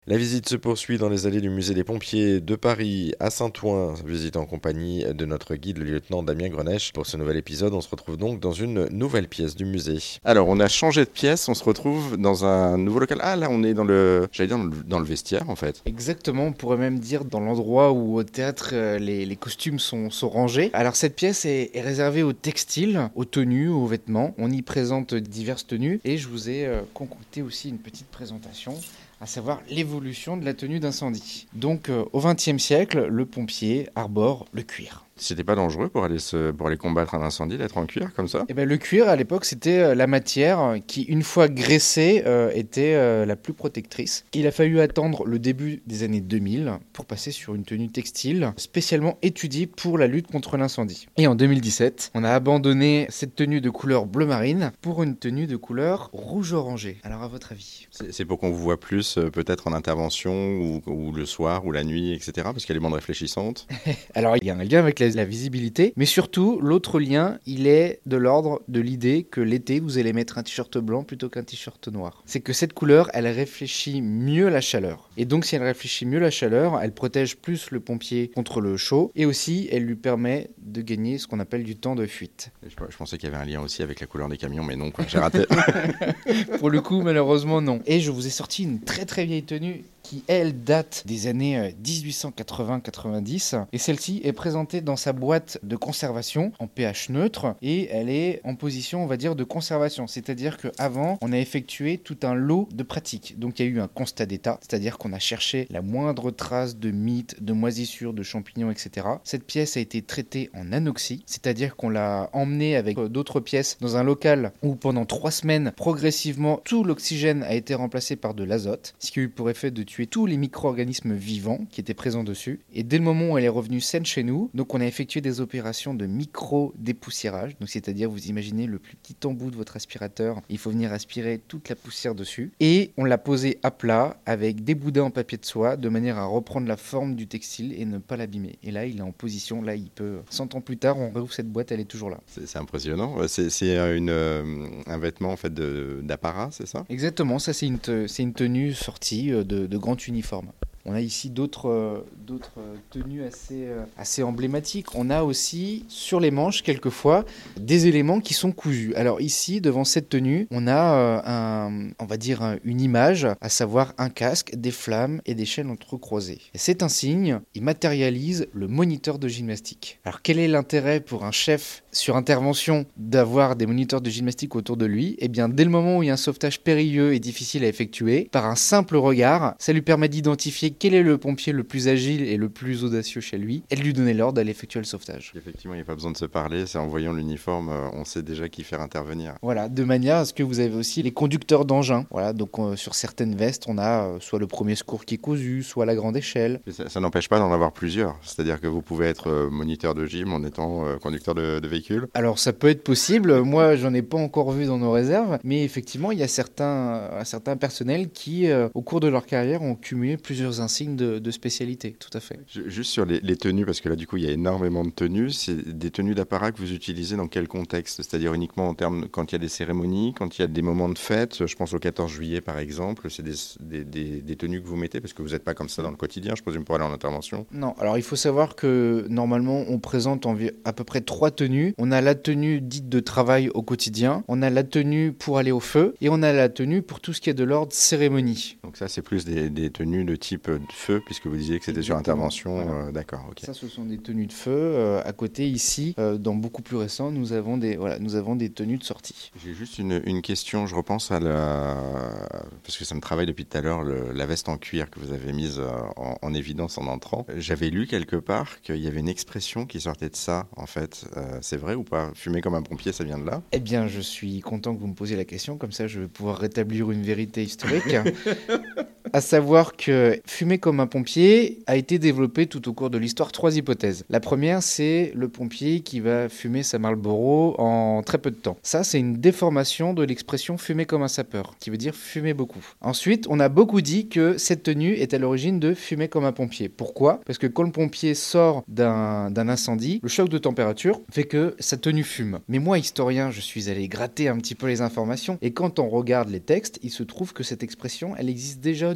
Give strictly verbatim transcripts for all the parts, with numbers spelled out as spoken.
La visite se poursuit dans les allées du musée des pompiers de Paris à Saint-Ouen, visite en compagnie de notre guide, le lieutenant Damien Greneche. Pour ce nouvel épisode, on se retrouve donc dans une nouvelle pièce du musée. Alors, on a changé de pièce, on se retrouve dans un nouveau local. Ah, là, on est dans le, j'allais dire dans le, dans le vestiaire, en fait. Exactement, on pourrait même dire dans l'endroit où au théâtre, euh, les, les costumes sont, sont rangés. Alors, cette pièce est, est réservée aux textiles, aux tenues, aux vêtements. On y présente diverses tenues et je vous ai euh, concocté aussi une petite présentation, à savoir l'évolution de la tenue d'incendie. Donc euh, au vingtième siècle, le pompier arbore le cuir. C'était pas dangereux pour aller, se, pour aller combattre un incendie d'être en cuir comme ça ? Et ben, le cuir, à l'époque, c'était euh, la matière qui, une fois graissée, euh, était euh, la plus protectrice. Il a fallu attendre le début des années deux mille pour passer sur une tenue textile spécialement étudiée pour la lutte contre l'incendie. Et en deux mille dix-sept, on a abandonné cette tenue de couleur bleu marine pour une tenue de couleur rouge-orangé. Alors, à votre avis ? C'est, c'est pour qu'on vous voit plus euh, peut-être en intervention ou, ou le soir ou la nuit, et cetera. Parce qu'il y a les bandes réfléchissantes. Alors, il y a un lien avec la la visibilité, mais surtout l'autre lien, il est de l'ordre de l'idée que l'été vous allez mettre un t-shirt blanc plutôt qu'un t-shirt noir. C'est que cette couleur, elle réfléchit mieux la chaleur, et donc si elle réfléchit mieux la chaleur, elle protège plus le pompier contre le chaud, et aussi elle lui permet de gagner ce qu'on appelle du temps de fuite. Je, je pensais qu'il y avait un lien aussi avec la couleur des camions, mais non, quoi, j'ai raté. Pour le coup, malheureusement non. Et je vous ai sorti une très très vieille tenue qui, elle, date des années dix-huit cent quatre-vingts quatre-vingt-dix. Et celle-ci est présentée dans sa boîte de conservation en pH neutre. Et elle est en position, on va dire, de conservation. C'est-à-dire qu'avant, on a effectué tout un lot de pratiques. Donc, il y a eu un constat d'état. C'est-à-dire qu'on a cherché la moindre trace de mythes, de moisissures, de champignons, et cetera. Cette pièce a été traitée en anoxie. C'est-à-dire qu'on l'a emmenée avec d'autres pièces dans un local où, pendant trois semaines, progressivement, tout l'oxygène a été remplacé par de l'azote. Ce qui a eu pour effet de tuer tous les micro-organismes vivants qui étaient présents dessus. Et dès le moment où elle est revenue saine chez nous, donc on a effectué des opérations de micro-dépoussiérage. Donc c'est-à-dire, vous imaginez le plus petit embout de votre aspirateur, il faut venir aspirer toute la poussière dessus. Et on l'a posé à plat avec des boudins en papier de soie de manière à reprendre la forme du textile et ne pas l'abîmer. Et là, il est en position, là, il peut... cent ans plus tard, on rouvre cette boîte, elle est toujours là. C'est, c'est impressionnant. C'est, c'est une, euh, un vêtement en fait de, d'apparat, c'est ça ? Exactement, ça c'est une, te- c'est une tenue sortie de, de grand uniforme. On a ici d'autres, euh, d'autres tenues assez, euh, assez emblématiques. On a aussi, sur les manches, quelquefois, des éléments qui sont cousus. Alors ici, devant cette tenue, on a euh, un, on va dire un- une image, à savoir un casque, des flammes et des chaînes entrecroisées. Et c'est un signe, il matérialise le moniteur de gymnastique. Alors quel est l'intérêt pour un chef sur intervention d'avoir des moniteurs de gymnastique autour de lui ? Eh bien, dès le moment où il y a un sauvetage périlleux et difficile à effectuer, par un simple regard, ça lui permet d'identifier quel est le pompier le plus agile et le plus audacieux chez lui, et de lui donner l'ordre d'aller effectuer le sauvetage. Effectivement, il n'y a pas besoin de se parler. C'est en voyant l'uniforme, euh, on sait déjà qui faire intervenir. Voilà, de manière à ce que vous avez aussi les conducteurs d'engins. Voilà, donc euh, sur certaines vestes, on a euh, soit le premier secours qui est cousu, soit la grande échelle. Mais ça, ça n'empêche pas d'en avoir plusieurs. C'est-à-dire que vous pouvez être euh, moniteur de gym en étant euh, conducteur de, de véhicule. Alors ça peut être possible, moi j'en ai pas encore vu dans nos réserves, mais effectivement il y a certains, euh, certains personnels qui, euh, au cours de leur carrière, ont cumulé plusieurs insignes de, de spécialité, tout à fait. Je- Juste sur les, les tenues, parce que là, du coup, il y a énormément de tenues. C'est des tenues d'apparat que vous utilisez dans quel contexte ? C'est-à-dire uniquement en termes quand il y a des cérémonies, quand il y a des moments de fête. Je pense au quatorze juillet, par exemple. C'est des, des, des- des tenues que vous mettez parce que vous n'êtes pas comme ça dans le quotidien, je présume, pour aller en intervention. Non, alors il faut savoir que normalement on présente envi- à peu près trois tenues. On a la tenue dite de travail au quotidien, on a la tenue pour aller au feu et on a la tenue pour tout ce qui est de l'ordre cérémonie. Donc ça, c'est plus des, des tenues de type de feu, puisque vous disiez que c'était sur Exactement. intervention. Voilà. euh, d'accord, ok. Ça, ce sont des tenues de feu. Euh, à côté, ici, euh, dans beaucoup plus récent, nous avons des, voilà, nous avons des tenues de sortie. J'ai juste une, une question, je repense à la... Parce que ça me travaille depuis tout à l'heure, le- la veste en cuir que vous avez mise euh, en, en évidence en entrant. J'avais lu quelque part qu'il y avait une expression qui sortait de ça, en fait. Euh, c'est vrai ou pas ? Fumer comme un pompier, ça vient de là ? Eh bien, je suis content que vous me posiez la question, comme ça je vais pouvoir rétablir une vérité historique. À savoir que fumer comme un pompier a été développé tout au cours de l'histoire trois hypothèses. La première, c'est le pompier qui va fumer sa Marlboro en très peu de temps. Ça, c'est une déformation de l'expression fumer comme un sapeur, qui veut dire fumer beaucoup. Ensuite, on a beaucoup dit que cette tenue est à l'origine de fumer comme un pompier. Pourquoi ? Parce que quand le pompier sort d'un, d'un incendie, le choc de température fait que sa tenue fume. Mais moi, historien, je suis allé gratter un petit peu les informations, et quand on regarde les textes, il se trouve que cette expression, elle existe déjà au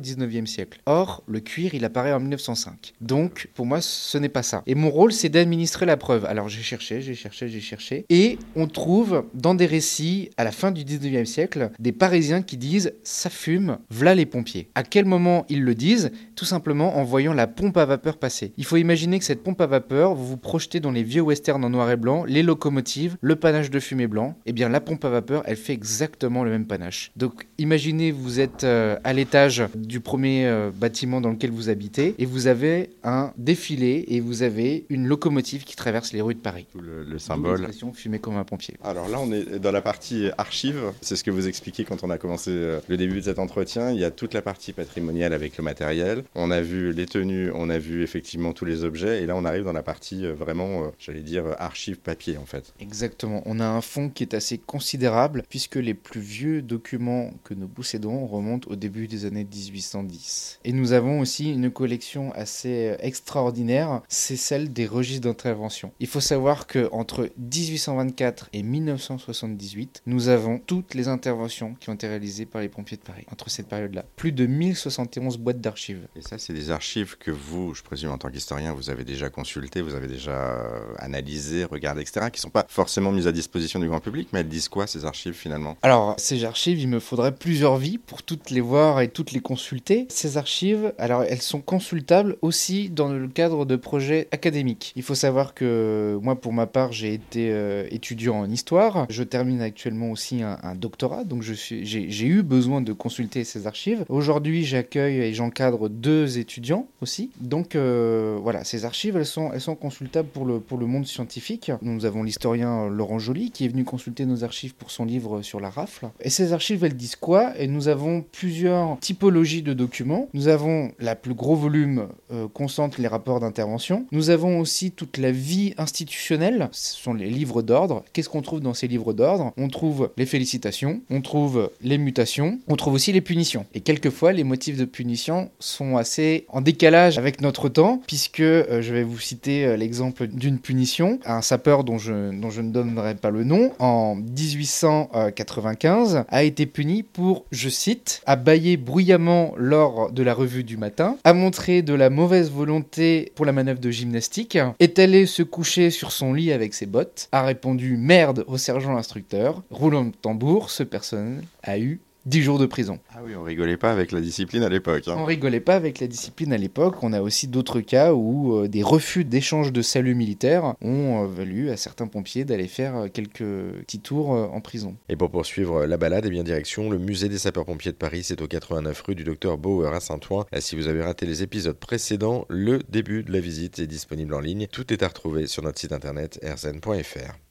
dix-neuvième siècle. Or, le cuir, il apparaît en mille neuf cent cinq. Donc, pour moi, ce n'est pas ça. Et mon rôle, c'est d'administrer la preuve. Alors, j'ai cherché, j'ai cherché, j'ai cherché. Et on trouve dans des récits, à la fin du dix-neuvième siècle, des Parisiens qui disent « ça fume, v'là les pompiers ». À quel moment ils le disent ? Tout simplement en voyant la pompe à vapeur passer. Il faut imaginer que cette pompe à vapeur, vous vous projetez dans les vieux westerns en noir et blanc, les locomotives, le panache de fumée blanc. Eh bien, la pompe à vapeur, elle fait exactement le même panache. Donc, imaginez, vous êtes euh, à l'étage du premier euh, bâtiment dans lequel vous habitez et vous avez un défilé et vous avez une locomotive qui traverse les rues de Paris. Le, le symbole. L'expression fumer comme un pompier. Alors là, on est dans la partie archives. C'est ce que vous expliquiez quand on a commencé euh, le début de cet entretien. Il y a toute la partie patrimoniale avec le matériel. On a vu les tenues, on a vu effectivement tous les objets. Et là, on arrive dans la partie euh, vraiment, euh, j'allais dire, archives papier en fait. Exactement. On a un fonds qui est assez considérable puisque les plus vieux documents que nous possédons remontent au début des années dix-huit cent dix. Et nous avons aussi une collection assez extraordinaire, c'est celle des registres d'intervention. Il faut savoir qu'entre dix-huit cent vingt-quatre et mille neuf cent soixante-dix-huit, nous avons toutes les interventions qui ont été réalisées par les pompiers de Paris, entre cette période-là. Plus de mille soixante et onze boîtes d'archives. Et ça, c'est des archives que vous, je présume en tant qu'historien, vous avez déjà consultées, vous avez déjà euh, analysées, regardées, et cetera, qui ne sont pas forcément mises à disposition du grand public, mais elles disent quoi, ces archives, finalement ? Alors, ces archives, il me faudrait plusieurs vies pour toutes les voir et toutes les consulter. Ces archives, alors, elles sont consultables aussi dans le cadre de projets académiques. Il faut savoir que moi, pour ma part, j'ai été euh, étudiant en histoire. Je termine actuellement aussi un, un doctorat, donc je suis, j'ai, j'ai eu besoin de consulter ces archives. Aujourd'hui, j'accueille et j'encadre deux étudiants aussi. Donc, euh, voilà, ces archives, elles sont, elles sont consultables pour le, pour le monde scientifique. Nous avons l'historien Laurent Joly qui est venu consulter nos archives pour son livre sur la rafle. Et ces archives, elles disent quoi ? Et nous avons plusieurs typologies de documents. Nous avons la plus gros volume euh, concentre les rapports d'intervention. Nous avons aussi toute la vie institutionnelle. Ce sont les livres d'ordre. Qu'est-ce qu'on trouve dans ces livres d'ordre ? On trouve les félicitations, on trouve les mutations, on trouve aussi les punitions. Et quelquefois, les motifs de punition sont assez en décalage avec notre temps, puisque euh, je vais vous citer euh, l'exemple d'une punition. Un sapeur dont je, dont je ne donnerai pas le nom, en dix-huit cent quatre-vingt-quinze, a été puni pour, je cite, « à bâiller bruyamment lors de la revue du matin, à montrer de la mauvaise volonté pour la manœuvre de gymnastique, est allé se coucher sur son lit avec ses bottes, a répondu merde au sergent instructeur, roulant de tambour, ce personnel a eu dix jours de prison. » Ah oui, on rigolait pas avec la discipline à l'époque. Hein. On rigolait pas avec la discipline à l'époque. On a aussi d'autres cas où euh, des refus d'échange de salut militaire ont euh, valu à certains pompiers d'aller faire euh, quelques petits tours euh, en prison. Et pour poursuivre la balade, et bien direction, le musée des sapeurs-pompiers de Paris, c'est au quatre-vingt-neuf rue du Docteur Bauer à Saint-Ouen. Si vous avez raté les épisodes précédents, le début de la visite est disponible en ligne. Tout est à retrouver sur notre site internet r z n point f r.